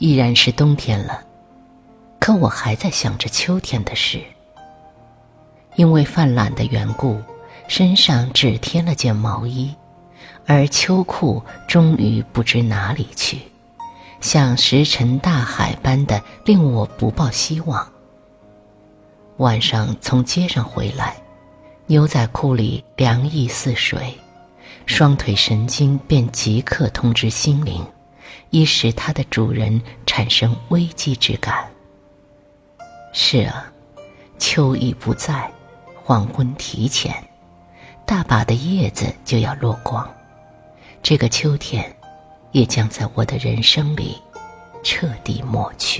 依然是冬天了，可我还在想着秋天的事。因为犯懒的缘故，身上只添了件毛衣，而秋裤终于不知哪里去，像石沉大海般的令我不抱希望。晚上从街上回来，牛仔裤里凉意似水，双腿神经便即刻通知心灵，以使它的主人产生危机之感。是啊，秋意不在，黄昏提前，大把的叶子就要落光，这个秋天也将在我的人生里彻底抹去。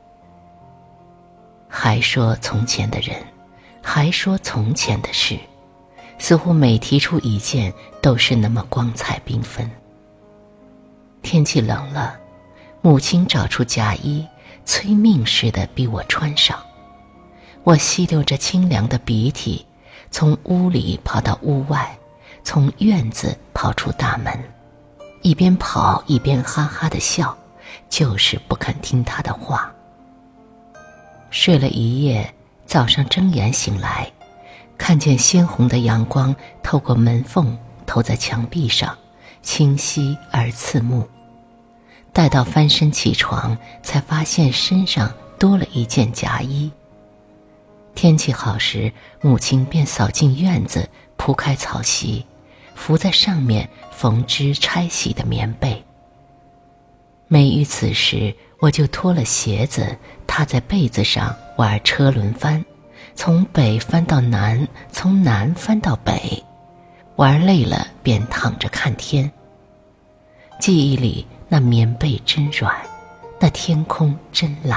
还说从前的人，还说从前的事，似乎每提出一件都是那么光彩缤纷。天气冷了，母亲找出夹衣，催命似的逼我穿上。我吸溜着清凉的鼻涕，从屋里跑到屋外，从院子跑出大门，一边跑一边哈哈地笑，就是不肯听他的话。睡了一夜，早上睁眼醒来，看见鲜红的阳光透过门缝投在墙壁上，清晰而刺目。待到翻身起床，才发现身上多了一件夹衣。天气好时，母亲便扫进院子，铺开草席，伏在上面缝织拆洗的棉被。每遇此时，我就脱了鞋子，踏在被子上玩车轮翻，从北翻到南，从南翻到北，玩累了便躺着看天。记忆里那棉被真软，那天空真蓝。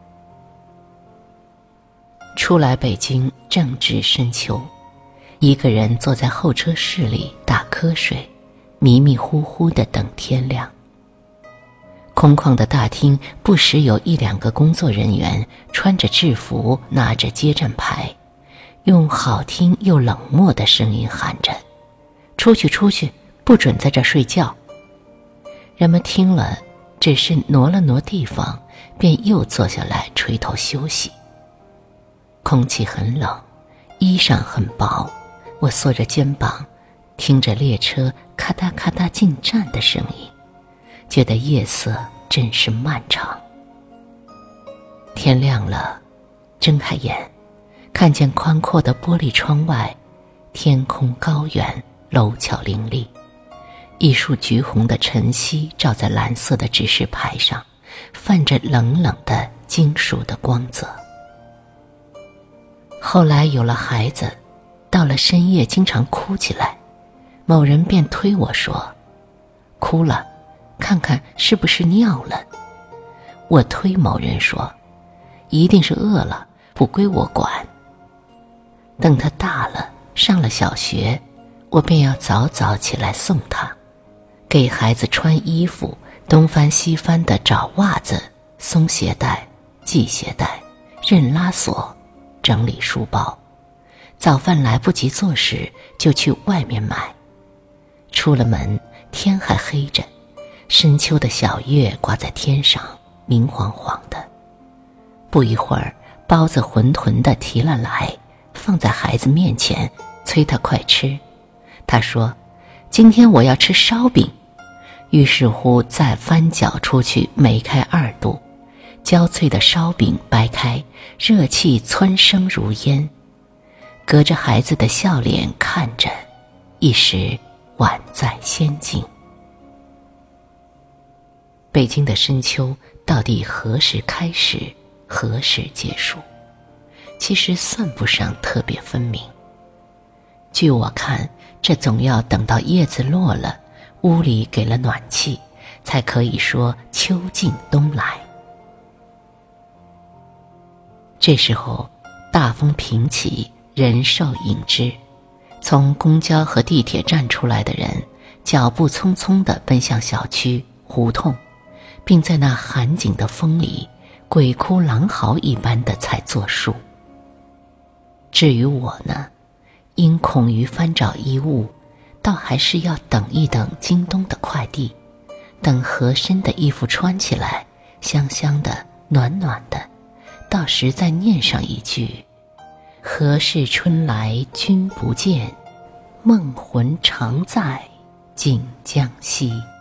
初来北京正值深秋，一个人坐在候车室里打瞌睡，迷迷糊糊地等天亮。空旷的大厅不时有一两个工作人员穿着制服，拿着接站牌，用好听又冷漠的声音喊着：出去出去，不准在这儿睡觉。人们听了，只是挪了挪地方，便又坐下来垂头休息。空气很冷，衣裳很薄，我缩着肩膀，听着列车咔嗒咔嗒进站的声音，觉得夜色真是漫长。天亮了，睁开眼，看见宽阔的玻璃窗外，天空高远，楼桥林立，一束橘红的晨曦照在蓝色的指示牌上，泛着冷冷的金属的光泽。后来有了孩子，到了深夜经常哭起来，某人便推我说：哭了，看看是不是尿了。我推某人说：一定是饿了，不归我管。等他大了，上了小学，我便要早早起来送他，给孩子穿衣服，东翻西翻地找袜子，松鞋带，系鞋带，认拉锁，整理书包。早饭来不及做时，就去外面买。出了门，天还黑着，深秋的小月挂在天上，明晃晃的。不一会儿，包子浑沌地提了来，放在孩子面前，催他快吃。他说：今天我要吃烧饼。于是乎再翻搅出去，煤开2度，焦脆的烧饼掰开，热气蹿升如烟。隔着孩子的笑脸看着，一时宛在仙境。北京的深秋到底何时开始，何时结束，其实算不上特别分明。据我看，这总要等到叶子落了，屋里给了暖气，才可以说秋尽冬来。这时候大风平起，人兽影之，从公交和地铁站出来的人脚步匆匆地奔向小区胡同，并在那寒紧的风里鬼哭狼嚎一般的才作数。至于我呢，因恐于翻找衣物，倒还是要等一等京东的快递，等合身的衣服穿起来， 香香的，暖暖的，到时再念上一句：何事春来君不见，梦魂常在锦江西。